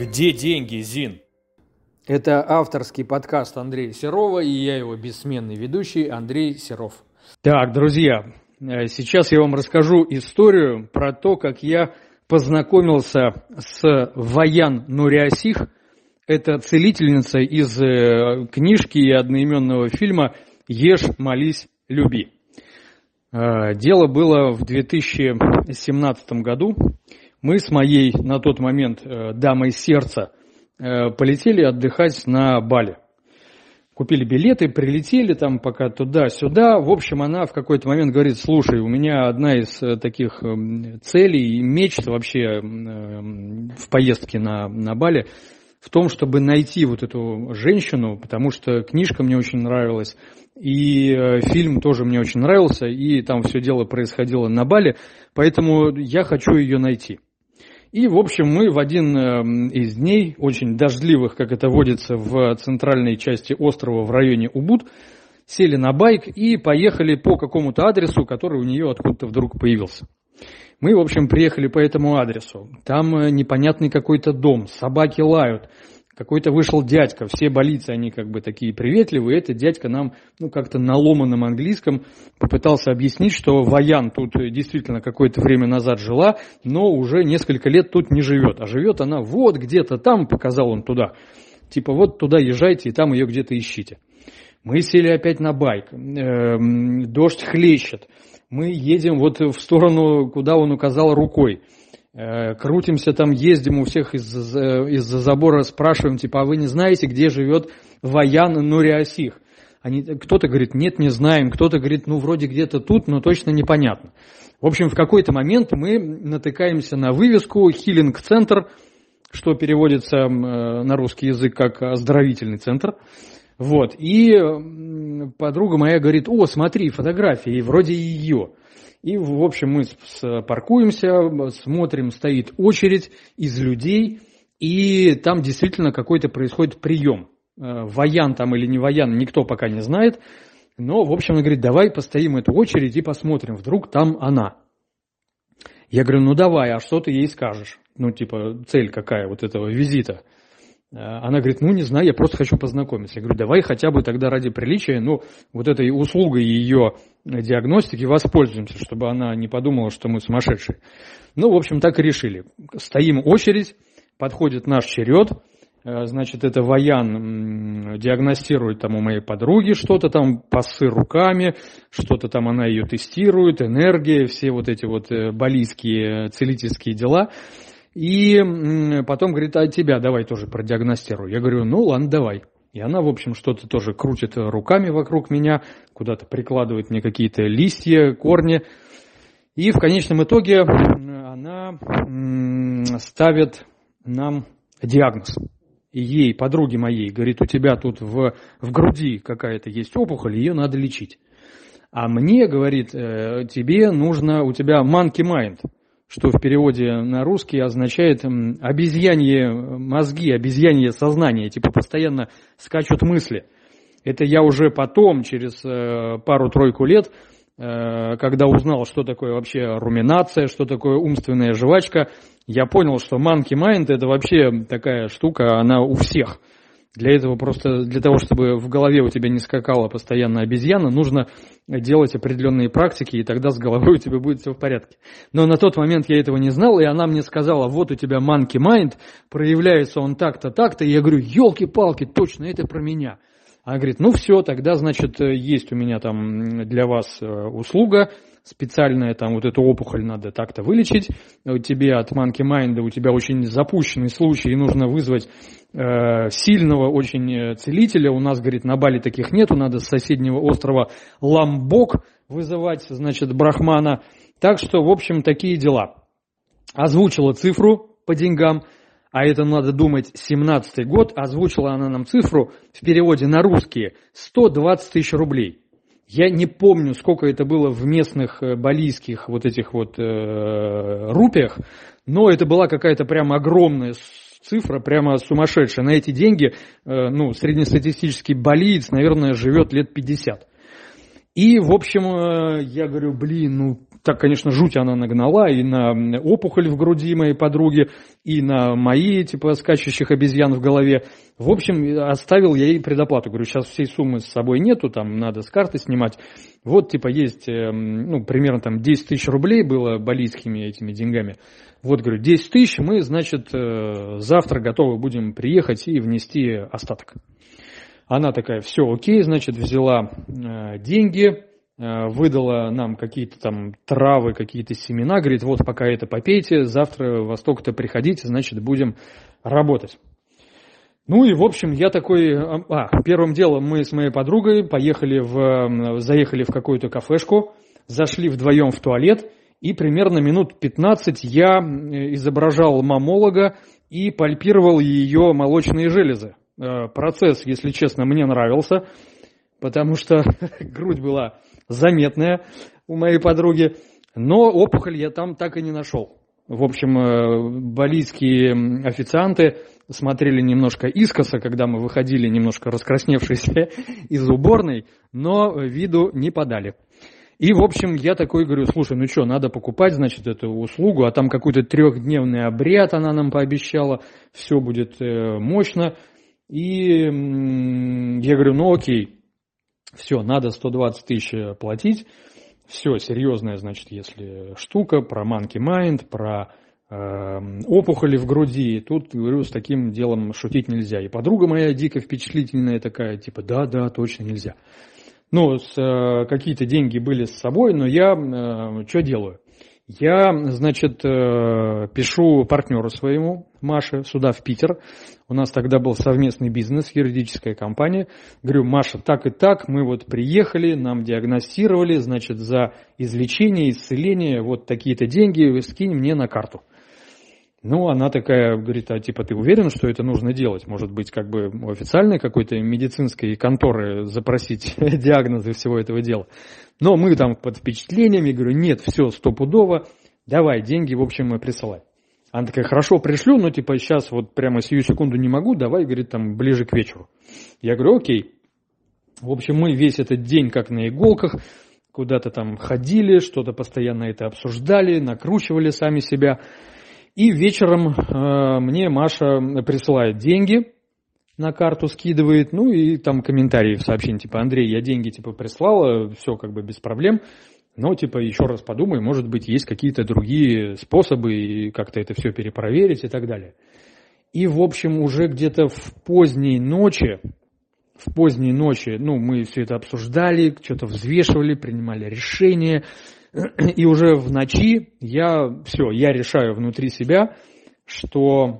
Где деньги, Зин? Это авторский подкаст Андрея Серова, и я его бессменный ведущий Андрей Серов. Так, друзья, сейчас я вам расскажу историю про то, как я познакомился с Ваян Нуриасих. Это целительница из книжки и одноименного фильма «Ешь, молись, люби». Дело было в 2017 году. Мы с моей на тот момент дамой сердца полетели отдыхать на Бали. Купили билеты, прилетели там пока туда-сюда. В общем, она в какой-то момент говорит: слушай, у меня одна из таких целей и мечт вообще в поездке на Бали в том, чтобы найти вот эту женщину, потому что книжка мне очень нравилась, и фильм тоже мне очень нравился, и там все дело происходило на Бали, поэтому я хочу ее найти. И, в общем, мы в один из дней, очень дождливых, как это водится в центральной части острова в районе Убуд, сели на байк и поехали по какому-то адресу, который у нее откуда-то вдруг появился. Мы, в общем, приехали по этому адресу. Там непонятный какой-то дом, собаки лают. Какой-то вышел дядька, все балийцы, они как бы такие приветливые. Этот дядька нам, как-то на ломаном английском попытался объяснить, что Ваян тут действительно какое-то время назад жила, но уже несколько лет тут не живет. А живет она вот где-то там, показал он туда. Типа вот туда езжайте и там ее где-то ищите. Мы сели опять на байк, дождь хлещет. Мы едем вот в сторону, куда он указал рукой. Крутимся там, ездим у всех из-за забора, спрашиваем, типа, а вы не знаете, где живет Ваян Нуриасих? Кто-то говорит, нет, не знаем, кто-то говорит, вроде где-то тут, но точно непонятно. В общем, в какой-то момент мы натыкаемся на вывеску «Хилинг-центр», что переводится на русский язык как «оздоровительный центр». Вот, и подруга моя говорит, смотри, фотография, и вроде ее. И, в общем, мы паркуемся, смотрим, стоит очередь из людей, и там действительно какой-то происходит прием. Ваян там или не Ваян, никто пока не знает. Но, в общем, он говорит, давай постоим эту очередь и посмотрим, вдруг там она. Я говорю, давай, а что ты ей скажешь? Цель какая вот этого визита? Она говорит, не знаю, я просто хочу познакомиться. Я говорю, давай хотя бы тогда ради приличия, вот этой услугой ее диагностики воспользуемся, чтобы она не подумала, что мы сумасшедшие. В общем, так и решили. Стоим очередь, подходит наш черед, значит, это Ваян диагностирует там у моей подруги что-то там, пассы руками, что-то там она ее тестирует, энергия, все вот эти вот балийские целительские дела. И потом говорит, а тебя давай тоже продиагностирую. Я говорю, ладно, давай. И она, в общем, что-то тоже крутит руками вокруг меня, куда-то прикладывает мне какие-то листья, корни. И в конечном итоге она ставит нам диагноз. И ей, подруге моей, говорит, у тебя тут в груди какая-то есть опухоль, ее надо лечить. А мне, говорит, тебе нужно, у тебя monkey mind, что в переводе на русский означает обезьянье мозги, обезьянье сознание, постоянно скачут мысли. Это я уже потом, через пару-тройку лет, когда узнал, что такое вообще руминация, что такое умственная жвачка, я понял, что monkey mind это вообще такая штука, она у всех. Для того, чтобы в голове у тебя не скакала постоянно обезьяна, нужно делать определенные практики, и тогда с головой у тебя будет все в порядке. Но на тот момент я этого не знал, и она мне сказала, вот у тебя monkey mind, проявляется он так-то, так-то, и я говорю, елки-палки, точно, это про меня. Она говорит, все, тогда, значит, есть у меня там для вас услуга, специальная, там вот эту опухоль надо так-то вылечить, тебе от monkey mind, у тебя очень запущенный случай, и нужно вызвать сильного очень целителя, у нас, говорит, на Бали таких нету, надо с соседнего острова Ламбок вызывать, значит, брахмана, так что, в общем, такие дела. Озвучила цифру по деньгам, а это, надо думать, 17-й год, озвучила она нам цифру в переводе на русский 120 тысяч рублей. Я не помню, сколько это было в местных балийских вот этих вот рупиях, но это была какая-то прям огромная цифра, прямо сумасшедшая. На эти деньги, среднестатистический балиец, наверное, живет лет 50. И, в общем, я говорю, блин, ну, так, конечно, жуть она нагнала и на опухоль в груди моей подруги, и на мои, типа, скачущих обезьян в голове. В общем, оставил я ей предоплату. Говорю, сейчас всей суммы с собой нету, там, надо с карты снимать. Вот, типа, есть, ну, примерно там 10 тысяч рублей было балийскими этими деньгами. Вот, говорю, 10 тысяч, мы, значит, завтра готовы будем приехать и внести остаток. Она такая, все окей, значит, взяла деньги, выдала нам какие-то там травы, какие-то семена, говорит, вот пока это попейте, завтра во столько-то приходите, значит, будем работать. Ну и, в общем, я такой, первым делом мы с моей подругой заехали в какую-то кафешку, зашли вдвоем в туалет, и примерно минут 15 я изображал мамолога и пальпировал ее молочные железы. Процесс, если честно, мне нравился, потому что грудь была заметная у моей подруги, но опухоль я там так и не нашел. В общем, балийские официанты смотрели немножко искоса, когда мы выходили немножко раскрасневшиеся из уборной, но виду не подали. И, в общем, я такой говорю, слушай, ну что, надо покупать, значит, эту услугу, а там какой-то 3-дневный обряд она нам пообещала, все будет мощно. И я говорю, ну окей, все, надо 120 тысяч платить, все, серьезная, значит, если штука, про monkey mind, про опухоли в груди, тут, говорю, с таким делом шутить нельзя. И подруга моя дико впечатлительная такая, типа, да, точно нельзя. Ну, какие-то деньги были с собой, но я что делаю? Я, значит, пишу партнеру своему, Маше, сюда в Питер. У нас тогда был совместный бизнес, юридическая компания. Говорю, Маша, так и так, мы вот приехали, нам диагностировали, значит, за излечение, исцеление, вот такие-то деньги скинь мне на карту. Ну, она такая, говорит, а типа ты уверен, что это нужно делать? Может быть, как бы у официальной какой-то медицинской конторы запросить диагнозы всего этого дела? Но мы там под впечатлениями, говорю, нет, все, стопудово, давай, деньги, в общем, присылай. Она такая, хорошо, пришлю, но типа сейчас вот прямо сию секунду не могу, давай, говорит, там ближе к вечеру. Я говорю, окей. В общем, мы весь этот день как на иголках, куда-то там ходили, что-то постоянно это обсуждали, накручивали сами себя. И вечером мне Маша присылает деньги, на карту скидывает, ну и там комментарии в сообщении, типа, Андрей, я деньги, типа, прислала, все как бы без проблем, но, типа, еще раз подумай, может быть, есть какие-то другие способы и как-то это все перепроверить и так далее. И, в общем, уже где-то в поздней ночи, ну, мы все это обсуждали, что-то взвешивали, принимали решения, и уже в ночи я решаю внутри себя, что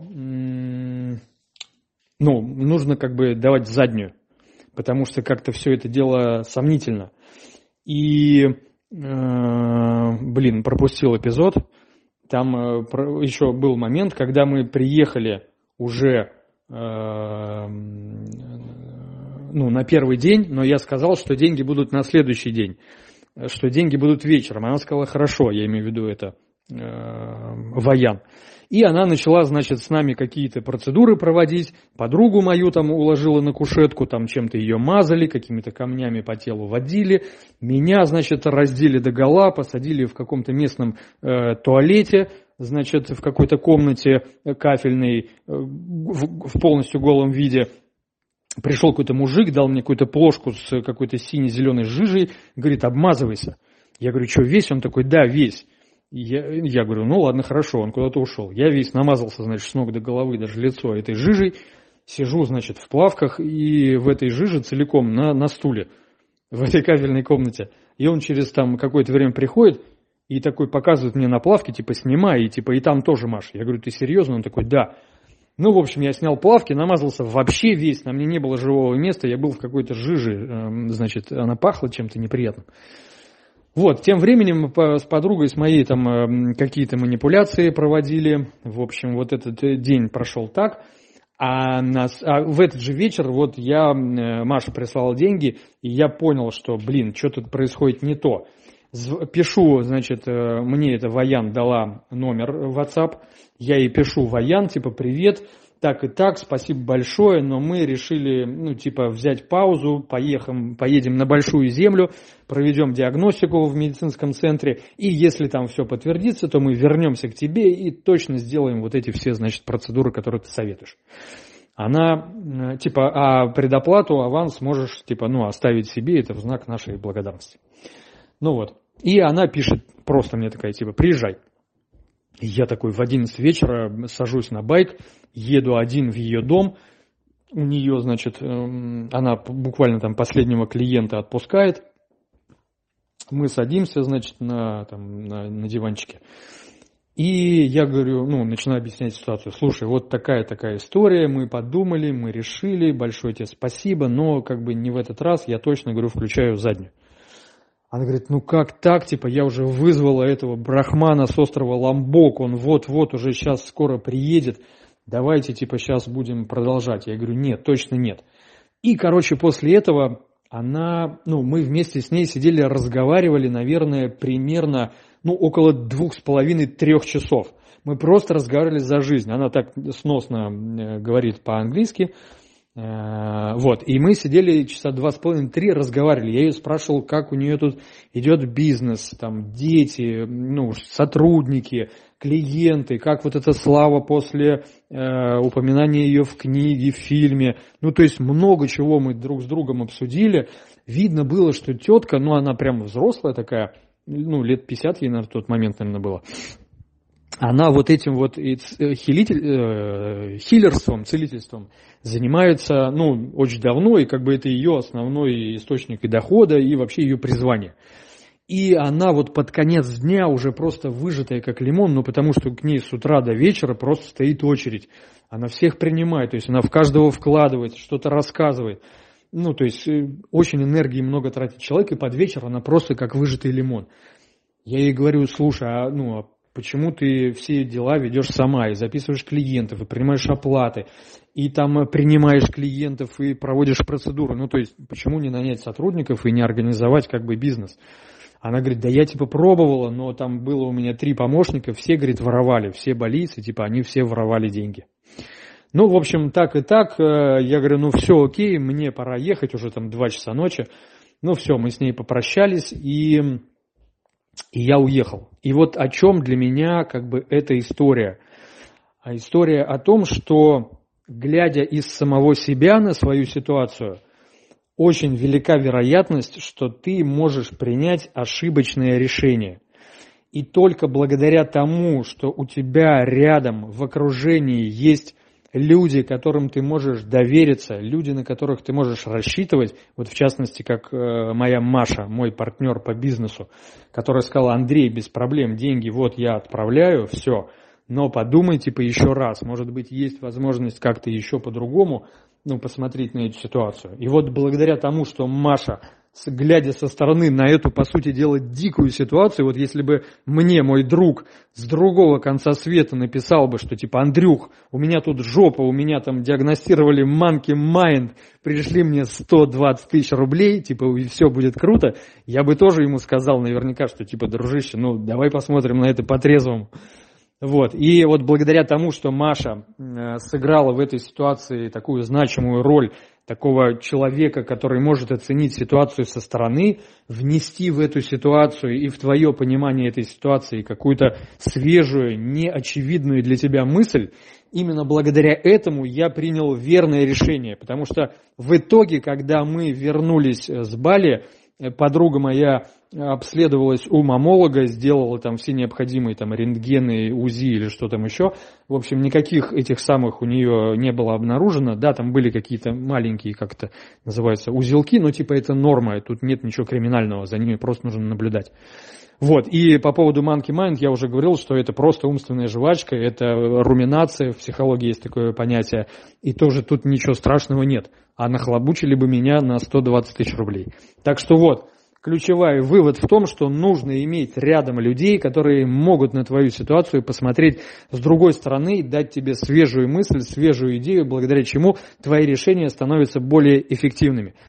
нужно как бы давать заднюю, потому что как-то все это дело сомнительно. И, пропустил эпизод. Там еще был момент, когда мы приехали уже на первый день, но я сказал, что деньги будут на следующий день, что деньги будут вечером. Она сказала, хорошо, я имею в виду это Ваян. И она начала, значит, с нами какие-то процедуры проводить. Подругу мою там уложила на кушетку, там чем-то ее мазали, какими-то камнями по телу водили. Меня, значит, раздели догола, посадили в каком-то местном туалете, значит, в какой-то комнате кафельной, в полностью голом виде. Пришел какой-то мужик, дал мне какую-то плошку с какой-то сине-зеленой жижей, говорит, обмазывайся. Я говорю, что, весь? Он такой, да, весь. Я говорю, ну ладно, хорошо, он куда-то ушел. Я весь намазался, значит, с ног до головы, даже лицо этой жижей. Сижу, значит, в плавках и в этой жиже целиком на стуле, в этой кафельной комнате. И он через там какое-то время приходит и такой показывает мне на плавке, типа, снимай, и типа, и там тоже Маш. Я говорю, ты серьезно? Он такой, да. Ну, в общем, я снял плавки, намазался вообще весь, на мне не было живого места, я был в какой-то жиже, значит, она пахла чем-то неприятным. Вот, тем временем с подругой, с моей там какие-то манипуляции проводили. В общем, вот этот день прошел так. А в этот же вечер вот Маша прислала деньги, и я понял, что, что тут происходит не то. Пишу, значит, мне это Ваян дала номер в WhatsApp. Я ей пишу, Ваян, типа, привет. так и так, спасибо большое, но мы решили, взять паузу, поедем на Большую Землю, проведем диагностику в медицинском центре, и если там все подтвердится, то мы вернемся к тебе и точно сделаем вот эти все, процедуры, которые ты советуешь. Она, а предоплату, аванс можешь, оставить себе, это в знак нашей благодарности. И она пишет просто мне такая, приезжай. И я такой в 11 вечера сажусь на байк, еду один в ее дом, у нее, она буквально там последнего клиента отпускает, мы садимся, на диванчике. И я говорю, начинаю объяснять ситуацию. Слушай, вот такая история, мы подумали, мы решили, большое тебе спасибо, но не в этот раз, я точно, говорю, включаю заднюю. Она говорит, как так, я уже вызвала этого брахмана с острова Ломбок, он вот-вот уже сейчас скоро приедет, давайте, сейчас будем продолжать. Я говорю, нет, точно нет. И, после этого мы вместе с ней сидели, разговаривали, наверное, примерно, около 2,5-3 часов. Мы просто разговаривали за жизнь. Она так сносно говорит по-английски. И мы сидели часа 2,5-3, разговаривали. Я ее спрашивал, как у нее тут идет бизнес, дети, сотрудники, клиенты, как вот эта слава после упоминания ее в книге, в фильме. То есть много чего мы друг с другом обсудили. Видно было, что тетка, она прямо взрослая такая, лет 50 ей на тот момент, наверное, было. Она этим хилерством, целительством занимается, очень давно, и это ее основной источник и дохода, и вообще ее призвание. И она под конец дня уже просто выжатая как лимон, потому что к ней с утра до вечера просто стоит очередь. Она всех принимает, то есть она в каждого вкладывает, что-то рассказывает. То есть очень энергии много тратит человек, и под вечер она просто как выжатый лимон. Я ей говорю, слушай, а почему ты все дела ведешь сама, и записываешь клиентов, и принимаешь оплаты, и там принимаешь клиентов, и проводишь процедуры. То есть почему не нанять сотрудников и не организовать бизнес? Она говорит, да я пробовала, но там было у меня 3 помощника, все, говорит, воровали, все болицы, они все воровали деньги. В общем, так и так, я говорю, все окей, мне пора ехать, уже 2 часа ночи. Все, мы с ней попрощались, и я уехал. И о чем для меня эта история? История о том, что, глядя из самого себя на свою ситуацию, очень велика вероятность, что ты можешь принять ошибочное решение. И только благодаря тому, что у тебя рядом в окружении есть люди, которым ты можешь довериться, люди, на которых ты можешь рассчитывать, в частности, как моя Маша, мой партнер по бизнесу, которая сказала, Андрей, без проблем, деньги я отправляю, все, но подумайте еще раз, может быть, есть возможность как-то еще по-другому, посмотреть на эту ситуацию. И благодаря тому, что Маша, глядя со стороны на эту, по сути дела, дикую ситуацию, если бы мне мой друг с другого конца света написал бы, что Андрюх, у меня тут жопа, у меня там диагностировали monkey mind, пришли мне 120 тысяч рублей, и все будет круто, я бы тоже ему сказал наверняка, что дружище, давай посмотрим на это по-трезвому. И благодаря тому, что Маша сыграла в этой ситуации такую значимую роль такого человека, который может оценить ситуацию со стороны, внести в эту ситуацию и в твое понимание этой ситуации какую-то свежую, неочевидную для тебя мысль, именно благодаря этому я принял верное решение, потому что в итоге, когда мы вернулись с Бали, подруга моя обследовалась у маммолога, сделала все необходимые рентгены, УЗИ или что там еще. В общем, никаких этих самых у нее не было обнаружено. Да, там были какие-то маленькие, как это называется, узелки, но это норма, тут нет ничего криминального, за ними просто нужно наблюдать. И по поводу monkey mind я уже говорил, что это просто умственная жвачка, это руминация, в психологии есть такое понятие, и тоже тут ничего страшного нет. А нахлобучили бы меня на 120 тысяч рублей. Так что ключевой вывод в том, что нужно иметь рядом людей, которые могут на твою ситуацию посмотреть с другой стороны, дать тебе свежую мысль, свежую идею, благодаря чему твои решения становятся более эффективными.